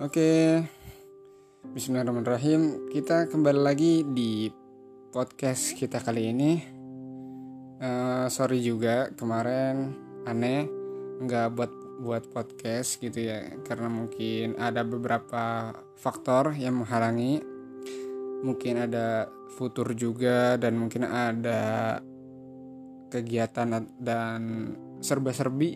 Oke, Bismillahirrahmanirrahim. Kita kembali lagi di podcast kita kali ini. Sorry juga kemarin aneh nggak buat podcast gitu ya, karena mungkin ada beberapa faktor yang menghalangi. Mungkin ada futur juga, dan mungkin ada kegiatan dan serba-serbi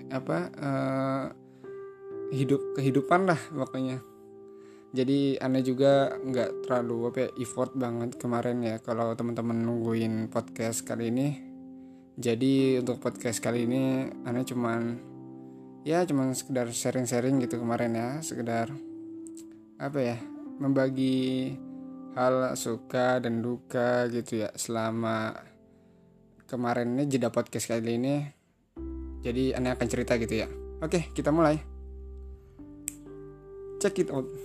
kehidupan lah pokoknya. Jadi aneh juga nggak terlalu effort banget kemarin ya kalau teman-teman nungguin podcast kali ini. Jadi untuk podcast kali ini aneh cuman sekedar sharing-sharing gitu kemarin ya, sekedar membagi hal suka dan duka gitu ya selama kemarin ini jeda podcast kali ini. Jadi aneh akan cerita gitu ya. Oke, kita mulai. Check it out.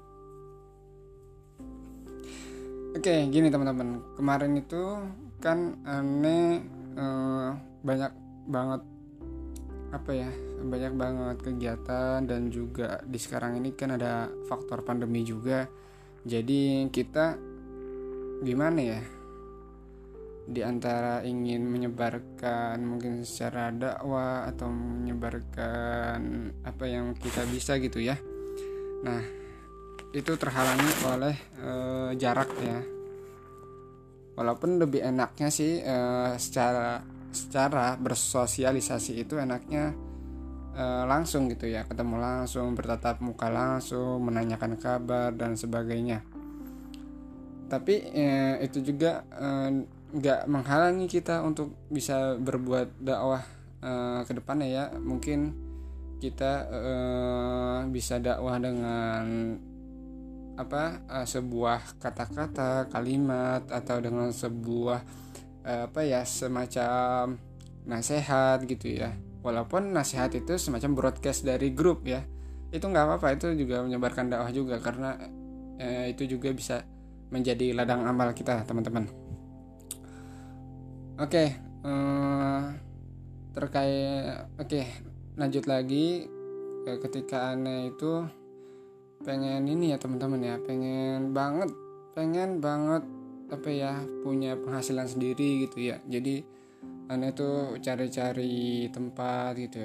Oke, gini teman-teman. Kemarin itu kan aneh banyak banget kegiatan, dan juga di sekarang ini kan ada faktor pandemi juga. Jadi kita gimana ya? Di antara ingin menyebarkan mungkin secara dakwah atau menyebarkan apa yang kita bisa gitu ya. Nah, itu terhalangi oleh jarak ya. Walaupun lebih enaknya sih secara bersosialisasi itu enaknya langsung gitu ya, ketemu langsung, bertatap muka langsung, menanyakan kabar dan sebagainya. Tapi itu juga nggak menghalangi kita untuk bisa berbuat dakwah ke depannya ya. Mungkin kita bisa dakwah dengan sebuah kata-kata, kalimat, atau dengan sebuah semacam nasihat gitu ya. Walaupun nasihat itu semacam broadcast dari grup ya, itu nggak apa-apa, itu juga menyebarkan dakwah juga, karena itu juga bisa menjadi ladang amal kita teman-teman. Lanjut lagi. Ketika aneh itu pengen ini ya teman-teman ya, pengen banget punya penghasilan sendiri gitu ya. Jadi aneh tuh cari-cari tempat gitu ya,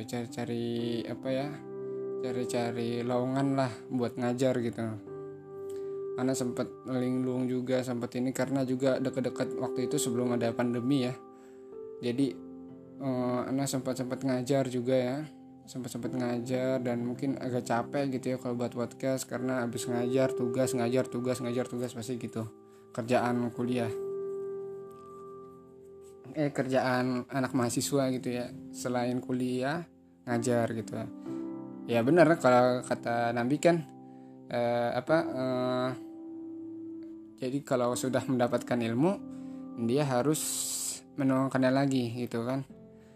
cari lowongan lah buat ngajar gitu. Aneh sempat linglung juga, sempat ini karena juga dekat-dekat waktu itu sebelum ada pandemi ya. Jadi aneh sempat ngajar juga ya. Sempat ngajar, dan mungkin agak capek gitu ya kalau buat podcast, karena habis ngajar tugas pasti gitu. Kerjaan kuliah, kerjaan anak mahasiswa gitu ya, selain kuliah ngajar gitu. Ya benar kalau kata Nabi kan jadi kalau sudah mendapatkan ilmu, dia harus menuangkannya lagi gitu kan.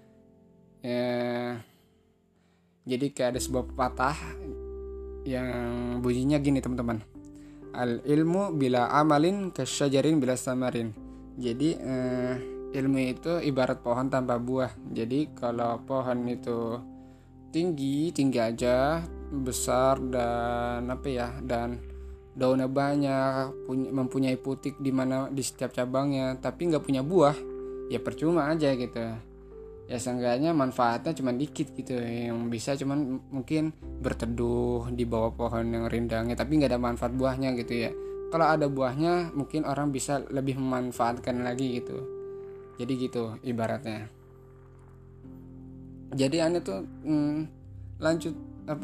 Jadi kayak ada sebuah pepatah yang bunyinya gini teman-teman. Al ilmu bila amalin kasyajarin bila samarin. Jadi ilmu itu ibarat pohon tanpa buah. Jadi kalau pohon itu tinggi aja, besar, dan dan daunnya banyak, mempunyai putik di setiap cabangnya, tapi nggak punya buah, ya percuma aja gitu. Ya seenggaknya manfaatnya cuma dikit gitu, yang bisa cuman mungkin berteduh di bawah pohon yang rindangnya, tapi nggak ada manfaat buahnya gitu ya. Kalau ada buahnya mungkin orang bisa lebih memanfaatkan lagi gitu. Jadi gitu ibaratnya. Jadi aneh tuh lanjut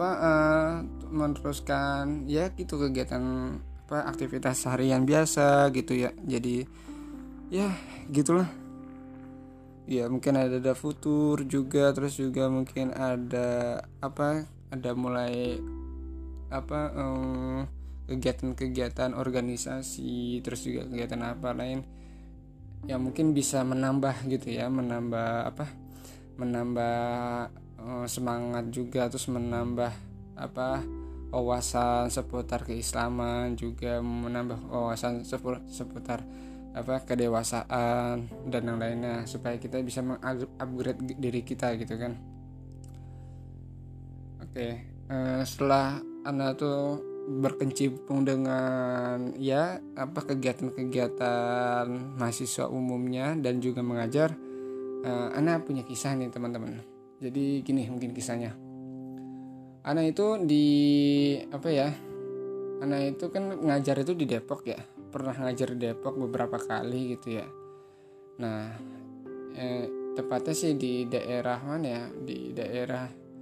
meneruskan ya gitu kegiatan aktivitas harian biasa gitu ya. Jadi ya gitulah. Ya mungkin ada futur juga, terus juga mungkin ada mulai kegiatan organisasi, terus juga kegiatan apa lain yang mungkin bisa menambah gitu ya, menambah semangat juga, terus menambah wawasan seputar keislaman, juga menambah wawasan seputar kedewasaan dan yang lainnya, supaya kita bisa mengupgrade diri kita gitu kan. Setelah Anda tuh berkecimpung dengan ya apa kegiatan-kegiatan mahasiswa umumnya dan juga mengajar, Ana punya kisah nih teman-teman. Jadi gini mungkin kisahnya. Ana itu di apa ya? Ana itu kan ngajar itu di Depok ya. Pernah ngajar di Depok beberapa kali gitu ya. Nah, tepatnya sih di daerah mana ya? Di daerah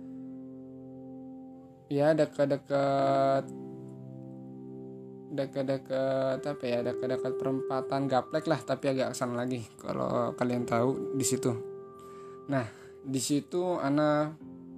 ya dekat apa ya, dekat perempatan Gaplek lah, tapi agak kesana lagi kalau kalian tahu di situ. Nah di situ Ana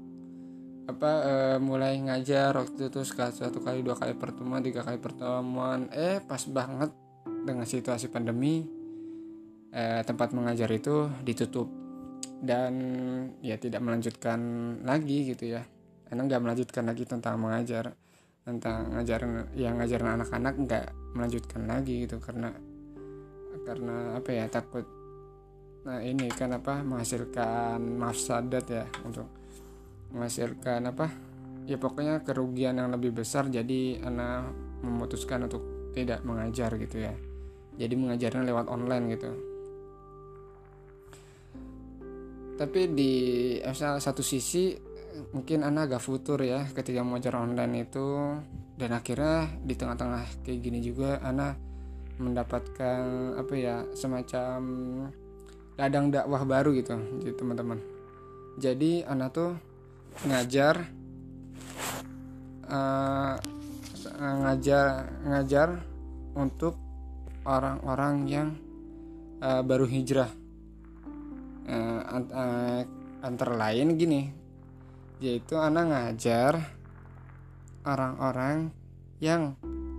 mulai ngajar waktu itu satu kali, dua kali pertemuan, tiga kali pertemuan. Pas banget dengan situasi pandemi, tempat mengajar itu ditutup dan ya tidak melanjutkan lagi gitu ya. Ana nggak melanjutkan lagi tentang mengajar, tentang ngajarin anak-anak nggak melanjutkan lagi gitu karena apa ya, takut ini kan menghasilkan mafsadat ya, untuk menghasilkan ya pokoknya kerugian yang lebih besar. Jadi Ana memutuskan untuk tidak mengajar gitu ya, jadi mengajarnya lewat online gitu. Tapi di satu sisi mungkin Ana agak futur ya ketika mengajar online itu, dan akhirnya di tengah-tengah kayak gini juga Ana mendapatkan semacam ladang dakwah baru gitu jadi teman-teman. Jadi Ana tuh ngajar untuk orang-orang yang baru hijrah, antara lain gini, yaitu Ana ngajar orang-orang yang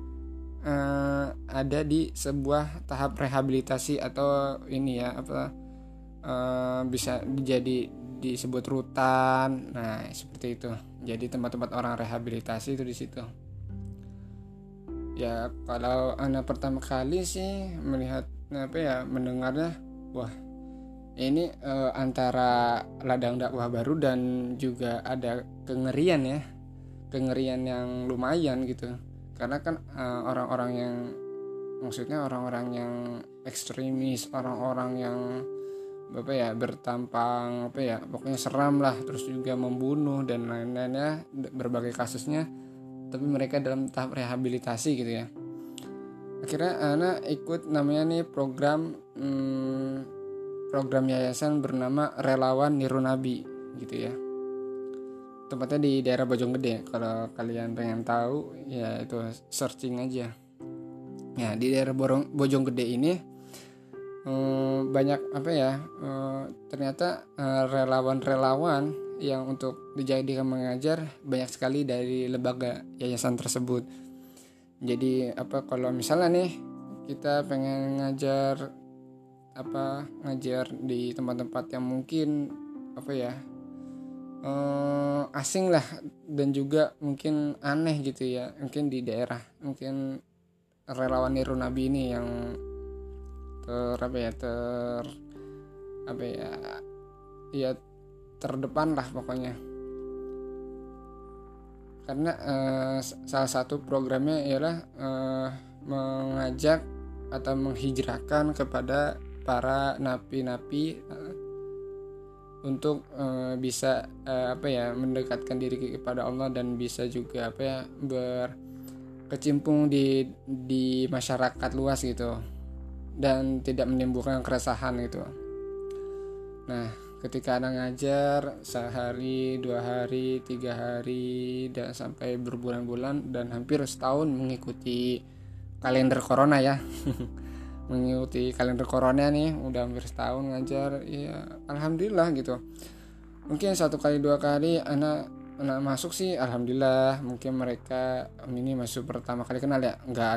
ada di sebuah tahap rehabilitasi atau ini ya bisa jadi disebut rutan. Nah seperti itu. Jadi tempat-tempat orang rehabilitasi itu di situ. Ya kalau Ana pertama kali sih melihat mendengarnya, wah ini antara ladang dakwah baru dan juga ada kengerian yang lumayan gitu. Karena kan orang-orang yang ekstremis, orang-orang yang bertampang pokoknya seram lah, terus juga membunuh dan lain-lainnya, berbagai kasusnya, tapi mereka dalam tahap rehabilitasi gitu ya. Akhirnya Ana ikut namanya nih program yayasan bernama Relawan Nirunabi gitu ya. Tempatnya di daerah Bojonggede. Kalau kalian pengen tahu ya itu searching aja. Ya di daerah Bojonggede ini banyak ternyata relawan-relawan yang untuk dijadikan mengajar banyak sekali dari lembaga yayasan tersebut. Jadi kalau misalnya nih kita pengen ngajar di tempat-tempat yang mungkin asing lah, dan juga mungkin aneh gitu ya, mungkin di daerah, mungkin relawan Nirunabi ini yang terdepan lah pokoknya. Karena salah satu programnya ialah mengajak atau menghijrahkan kepada para napi-napi untuk bisa mendekatkan diri kepada Allah dan bisa juga berkecimpung di masyarakat luas gitu, dan tidak menimbulkan keresahan gitu. Nah ketika Ana ngajar sehari, 2 hari, 3 hari, dan sampai berbulan-bulan dan hampir setahun mengikuti kalender corona ya mengikuti kalender corona nih, udah hampir setahun ngajar ya, alhamdulillah gitu. Mungkin 1 kali 2 kali anak masuk sih alhamdulillah, mungkin mereka ini masuk pertama kali kenal ya, nggak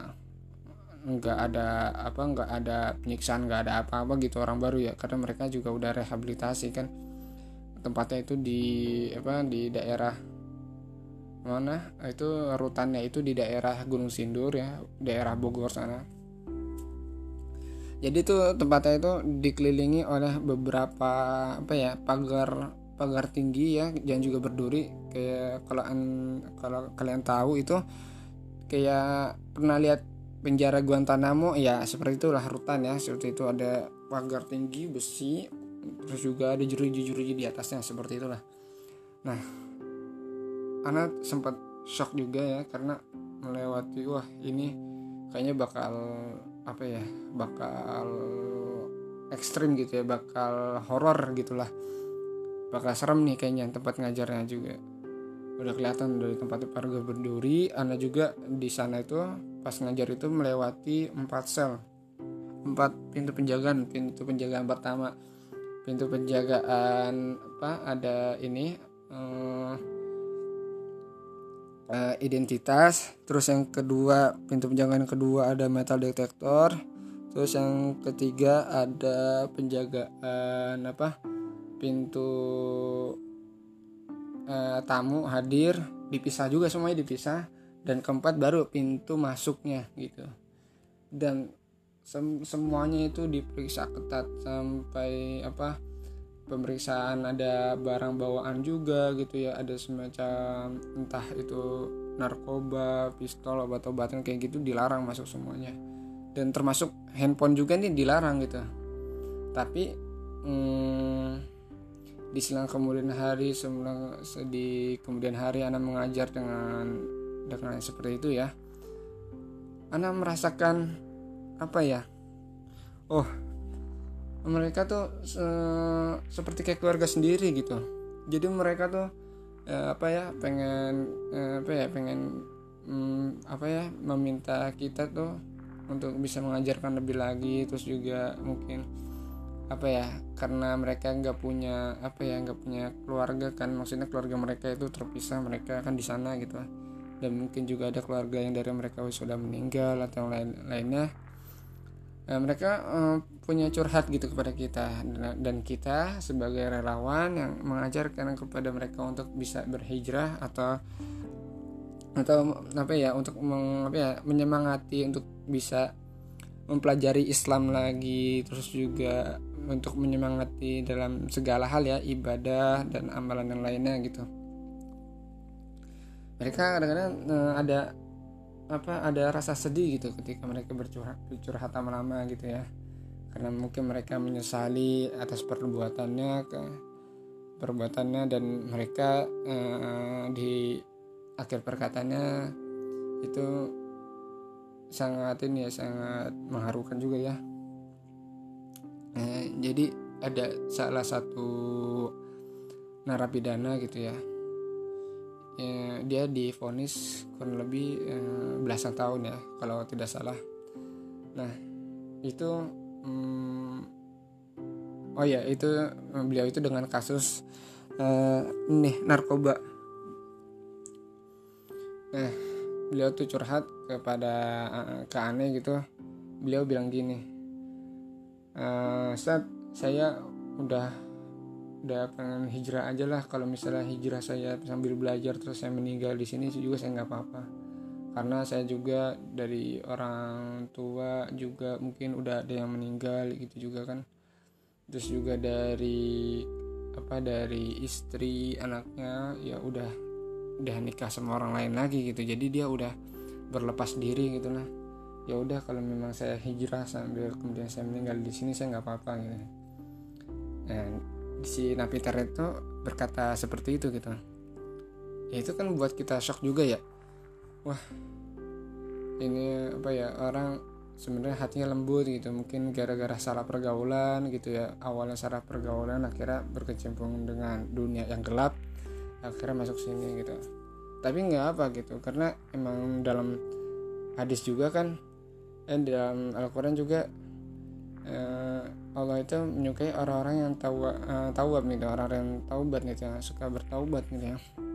ada penyiksaan, nggak ada apa-apa gitu, orang baru ya, karena mereka juga udah rehabilitasi kan. Tempatnya itu di daerah mana itu, rutannya itu di daerah Gunung Sindur ya, daerah Bogor sana. Jadi tuh tempatnya itu dikelilingi oleh beberapa pagar tinggi ya, dan juga berduri. Kayak kalau kalian tahu itu kayak pernah lihat penjara Guantanamo ya, seperti itulah rutan ya, seperti itu, ada pagar tinggi besi, terus juga ada jeruji-jeruji di atasnya, seperti itulah. Nah, Ana sempat shock juga ya, karena melewati, wah ini kayaknya bakal apa ya, bakal ekstrim gitu ya, bakal horor gitulah, bakal serem nih kayaknya tempat ngajarnya juga. Udah kelihatan dari tempat pagar berduri. Ana juga di sana itu pas ngajar itu melewati 4 pintu penjagaan. Pintu penjagaan pertama, pintu penjagaan ada ini identitas. Terus yang kedua, pintu penjagaan kedua ada metal detektor. Terus yang ketiga ada penjagaan pintu tamu hadir, dipisah juga, semuanya dipisah. Dan keempat baru pintu masuknya gitu. Dan semuanya itu diperiksa ketat sampai pemeriksaan, ada barang bawaan juga gitu ya, ada semacam entah itu narkoba, pistol, obat-obatan kayak gitu dilarang masuk semuanya. Dan termasuk handphone juga nih dilarang gitu. Tapi di kemudian hari Ana mengajar dengan seperti itu ya. Ana merasakan mereka tuh seperti kayak keluarga sendiri gitu. Jadi mereka tuh pengen meminta kita tuh untuk bisa mengajarkan lebih lagi. Terus juga mungkin karena mereka nggak punya keluarga kan, maksudnya keluarga mereka itu terpisah, mereka kan di sana gitu. Dan mungkin juga ada keluarga yang dari mereka sudah meninggal atau lainnya. Mereka punya curhat gitu kepada kita, dan kita sebagai relawan yang mengajarkan kepada mereka untuk bisa berhijrah atau untuk menyemangati untuk bisa mempelajari Islam lagi, terus juga untuk menyemangati dalam segala hal ya, ibadah dan amalan yang lainnya gitu. Mereka kadang-kadang ada rasa sedih gitu ketika mereka bercurhat lama-lama gitu ya, karena mungkin mereka menyesali atas perbuatannya dan mereka di akhir perkataannya itu sangat mengharukan juga ya. Jadi ada salah satu narapidana gitu ya, dia divonis kurang lebih belasan tahun ya kalau tidak salah. Nah itu beliau itu dengan kasus narkoba. Nah beliau tuh curhat kepada ke Ane gitu. Beliau bilang gini, Ustaz, saya udah pengen hijrah aja lah. Kalau misalnya hijrah saya sambil belajar terus saya meninggal di sini juga saya nggak apa-apa, karena saya juga dari orang tua juga mungkin udah ada yang meninggal gitu juga kan. Terus juga dari istri anaknya ya udah nikah sama orang lain lagi gitu. Jadi dia udah berlepas diri gitu lah. Ya udah kalau memang saya hijrah sambil kemudian saya meninggal di sini saya nggak apa-apa gitu. Nah, si Napiter itu berkata seperti itu gitu. Ya itu kan buat kita shock juga ya. Wah, ini orang sebenarnya hatinya lembut gitu. Mungkin gara-gara salah pergaulan gitu ya. Awalnya salah pergaulan, akhirnya berkecimpung dengan dunia yang gelap, akhirnya masuk sini gitu. Tapi nggak apa gitu, karena emang dalam hadis juga kan, dalam Al-Quran juga Allah itu menyukai orang-orang yang taubat gitu, orang yang taubat gitu, yang suka bertaubat gitu ya.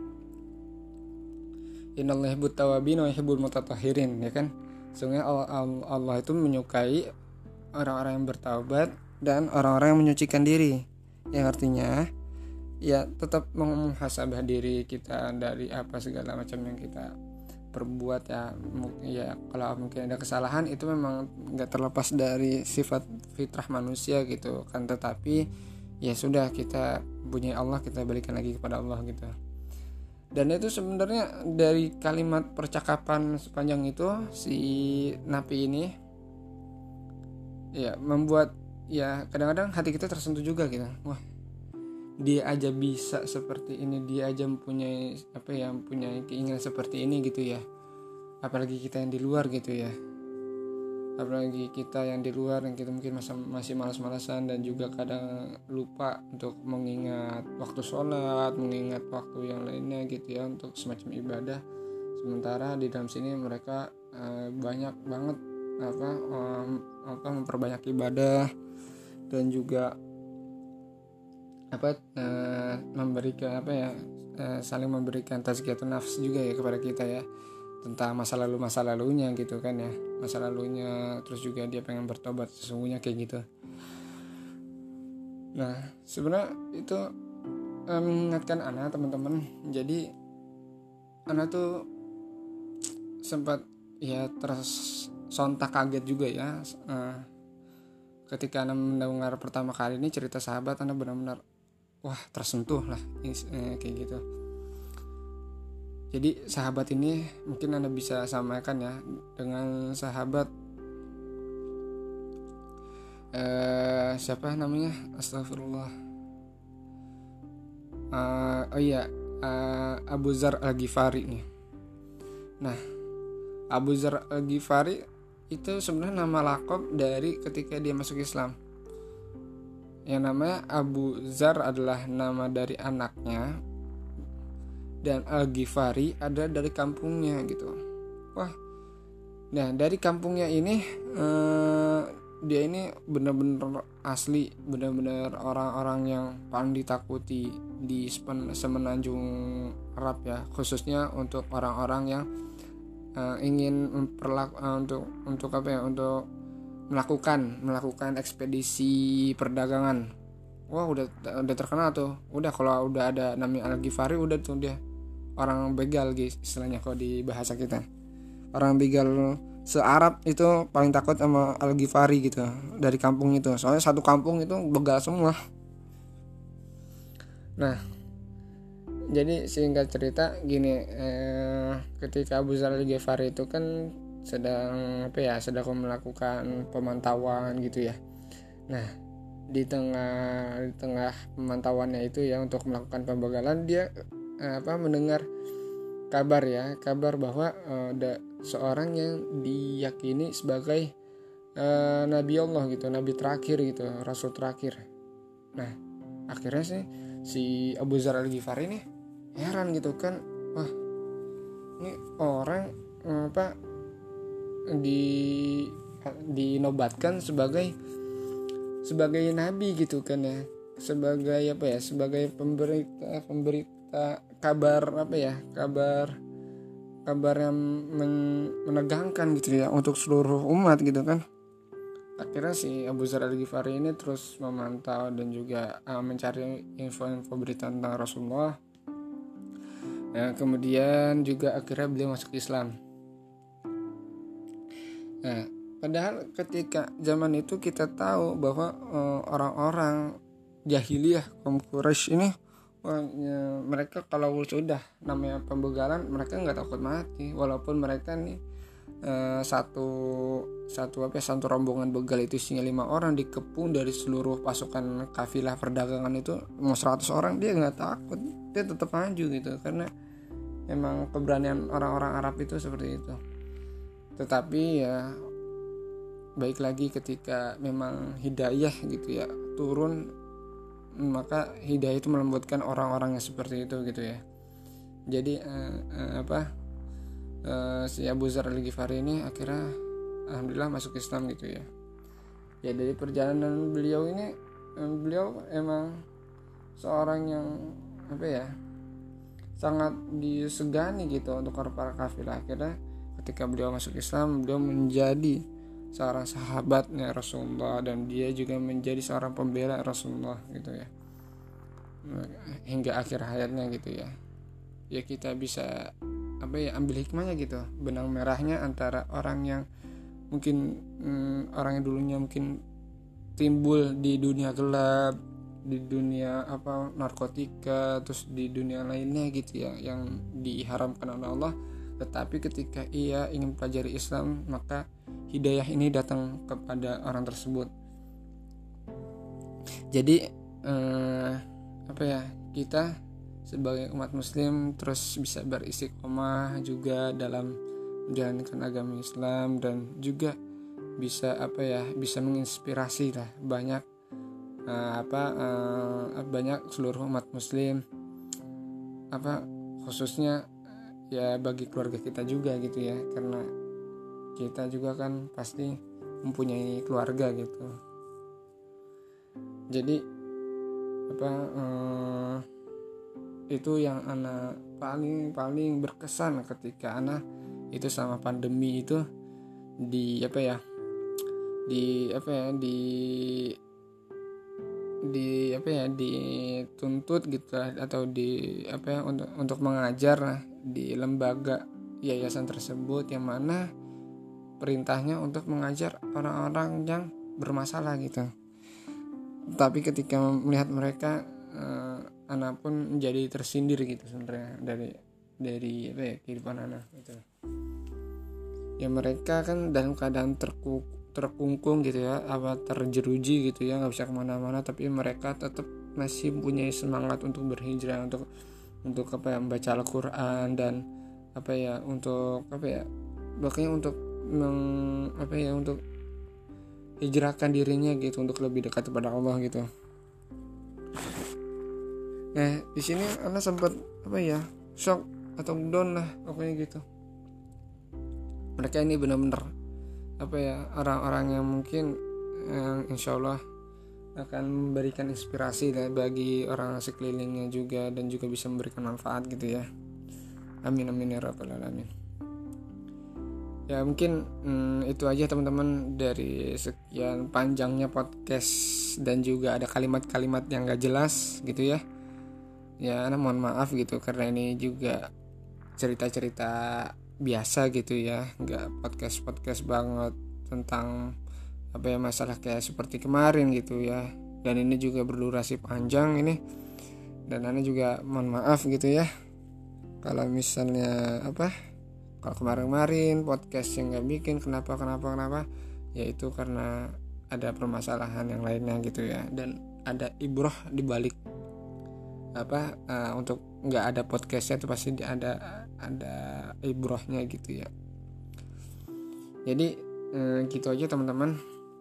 Innallaha yuhibbut tawwabin wa yuhibbul mutatahhirin, ya kan. Sungguh Allah itu menyukai orang-orang yang bertaubat dan orang-orang yang menyucikan diri. Yang artinya ya tetap memuhasabah diri kita dari apa segala macam yang kita perbuat ya. Kalau mungkin ada kesalahan itu memang nggak terlepas dari sifat fitrah manusia gitu kan, tetapi ya sudah, kita punya Allah, kita balikan lagi kepada Allah gitu. Dan itu sebenarnya dari kalimat percakapan sepanjang itu, si napi ini ya membuat ya kadang-kadang hati kita tersentuh juga gitu. Wah, dia aja bisa seperti ini, dia aja mempunyai mempunyai keinginan seperti ini gitu ya. Apalagi kita yang di luar gitu ya. Apalagi kita yang di luar yang kita mungkin masih malas-malasan dan juga kadang lupa untuk mengingat waktu sholat, mengingat waktu yang lainnya gitu ya untuk semacam ibadah. Sementara di dalam sini mereka banyak banget memperbanyak ibadah dan juga memberikan saling memberikan tazkiyatun nafs juga ya kepada kita ya, tentang masa lalunya gitu kan ya, masa lalunya, terus juga dia pengen bertobat sesungguhnya kayak gitu. Nah sebenarnya itu mengingatkan anak teman-teman. Jadi anak tuh sempat ya sontak kaget juga ya ketika anak mendengar pertama kali ini cerita sahabat. Anak benar-benar wah tersentuh lah kayak gitu. Jadi sahabat ini mungkin Anda bisa samakan ya dengan sahabat siapa namanya? Astagfirullah. Abu Dzar Al-Ghifari nih. Nah, Abu Dzar Al-Ghifari itu sebenarnya nama lakop dari ketika dia masuk Islam. Yang namanya Abu Dzar adalah nama dari anaknya, dan Al-Ghifari ada dari kampungnya gitu. Wah, nah dari kampungnya ini dia ini benar-benar asli, benar-benar orang-orang yang paling ditakuti di semenanjung Arab ya, khususnya untuk orang-orang yang ingin untuk melakukan ekspedisi perdagangan. Wah udah terkenal tuh. Udah kalau udah ada namanya Al-Ghifari udah tuh dia orang begal guys, istilahnya kalau di bahasa kita. Orang begal se-Arab itu paling takut sama Al-Ghifari gitu, dari kampung itu. Soalnya satu kampung itu begal semua. Nah, jadi singkat cerita gini, ketika Abu Dzar Al-Ghifari itu kan sedang melakukan pemantauan gitu ya. Nah, di tengah pemantauannya itu ya untuk melakukan pembegalan, dia mendengar kabar bahwa ada seorang yang diyakini sebagai nabi Allah gitu, nabi terakhir gitu, rasul terakhir. Nah akhirnya si Abu Dzar Al-Ghifari ini heran gitu kan, wah ini orang dinobatkan sebagai nabi gitu kan ya, sebagai pemberita kabar yang menegangkan gitu ya untuk seluruh umat gitu kan. Akhirnya si Abu Dzar Al-Ghifari ini terus memantau dan juga mencari info-info berita tentang Rasulullah. Kemudian juga akhirnya beliau masuk Islam. Nah, padahal ketika zaman itu kita tahu bahwa orang-orang jahiliyah kaum Quraisy ini mereka kalau sudah namanya pembegalan mereka nggak takut mati, walaupun mereka nih satu rombongan begal itu isinya 5 orang dikepung dari seluruh pasukan kafilah perdagangan itu mau 100 orang, dia nggak takut, dia tetap maju gitu karena memang keberanian orang-orang Arab itu seperti itu. Tetapi ya baik lagi ketika memang hidayah gitu ya turun, maka hidayah itu melembutkan orang-orang yang seperti itu gitu ya. Jadi si Abu Dzar Al-Ghifari ini akhirnya alhamdulillah masuk Islam gitu ya. Ya dari perjalanan beliau ini, beliau emang seorang yang sangat disegani gitu untuk para kafilah. Akhirnya ketika beliau masuk Islam, beliau menjadi seorang sahabatnya Rasulullah dan dia juga menjadi seorang pembela Rasulullah gitu ya, hingga akhir hayatnya gitu ya. Ya kita bisa ambil hikmahnya gitu, benang merahnya antara orang yang mungkin orang yang dulunya mungkin timbul di dunia gelap, di dunia narkotika, terus di dunia lainnya gitu ya yang diharamkan oleh Allah. Tetapi ketika ia ingin pelajari Islam, maka hidayah ini datang kepada orang tersebut. Jadi kita sebagai umat muslim terus bisa beristiqomah juga dalam menjalankan agama Islam, dan juga bisa bisa menginspirasi lah banyak seluruh umat muslim, khususnya ya bagi keluarga kita juga gitu ya, karena kita juga kan pasti mempunyai keluarga gitu. Jadi itu yang anak paling berkesan ketika anak itu sama pandemi itu dituntut gitu atau untuk mengajar di lembaga yayasan tersebut, yang mana perintahnya untuk mengajar orang-orang yang bermasalah gitu. Tapi ketika melihat mereka, anak pun menjadi tersindir gitu sebenarnya dari kehidupan anak gitu. Ya mereka kan dalam keadaan terkungkung gitu ya, terjeruji gitu ya, nggak bisa kemana-mana, tapi mereka tetap masih punya semangat untuk berhijrah, untuk membaca Al-Quran, dan untuk hijrahkan dirinya gitu untuk lebih dekat kepada Allah gitu. Nah di sini anak sempat shock atau down lah pokoknya gitu. Mereka ini benar-benar orang-orang yang mungkin insya Allah akan memberikan inspirasi bagi orang sekelilingnya juga, dan juga bisa memberikan manfaat gitu ya. Amin amin ya rabbal alamin. Ya mungkin itu aja teman-teman dari sekian panjangnya podcast, dan juga ada kalimat-kalimat yang gak jelas gitu ya. Ya anak mohon maaf gitu, karena ini juga cerita-cerita biasa gitu ya, nggak podcast banget tentang masalah kayak seperti kemarin gitu ya. Dan ini juga berdurasi panjang ini, dan Ana juga mohon maaf gitu ya kalau misalnya kalau kemarin podcast yang nggak bikin kenapa ya itu karena ada permasalahan yang lainnya gitu ya, dan ada ibrah di balik untuk nggak ada podcastnya itu pasti ada ibrahnya gitu ya. Jadi gitu aja teman-teman.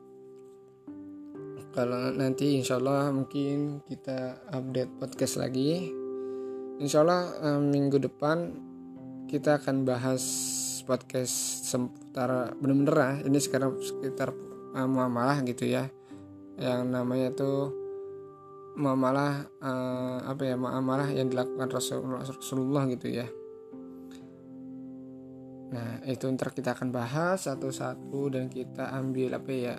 Kalau nanti insyaallah mungkin kita update podcast lagi. Insyaallah minggu depan kita akan bahas podcast seputar benar-benar ini sekarang sekitar muamalah gitu ya, yang namanya tuh muamalah muamalah yang dilakukan Rasulullah gitu ya. Nah itu ntar kita akan bahas satu-satu, dan kita ambil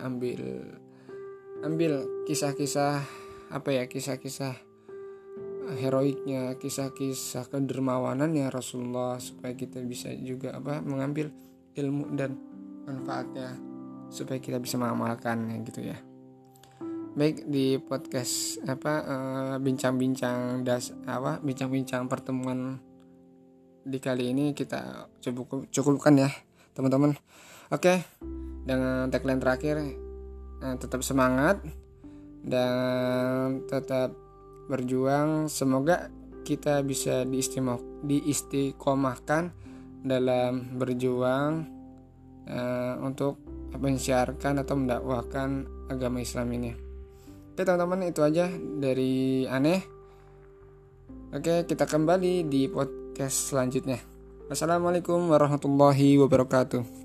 kisah-kisah kisah-kisah heroiknya, kisah-kisah kedermawanan ya Rasulullah, supaya kita bisa juga mengambil ilmu dan manfaatnya, supaya kita bisa mengamalkannya gitu ya. Baik, di podcast bincang-bincang pertemuan di kali ini kita cukupkan ya teman-teman. Oke, dengan tagline terakhir, tetap semangat dan tetap berjuang. Semoga kita bisa diistiqomahkan dalam berjuang untuk mensiarkan atau mendakwahkan agama Islam ini. Oke teman-teman, itu aja dari Aneh. Oke, kita kembali di podcast selanjutnya. Wassalamualaikum warahmatullahi wabarakatuh.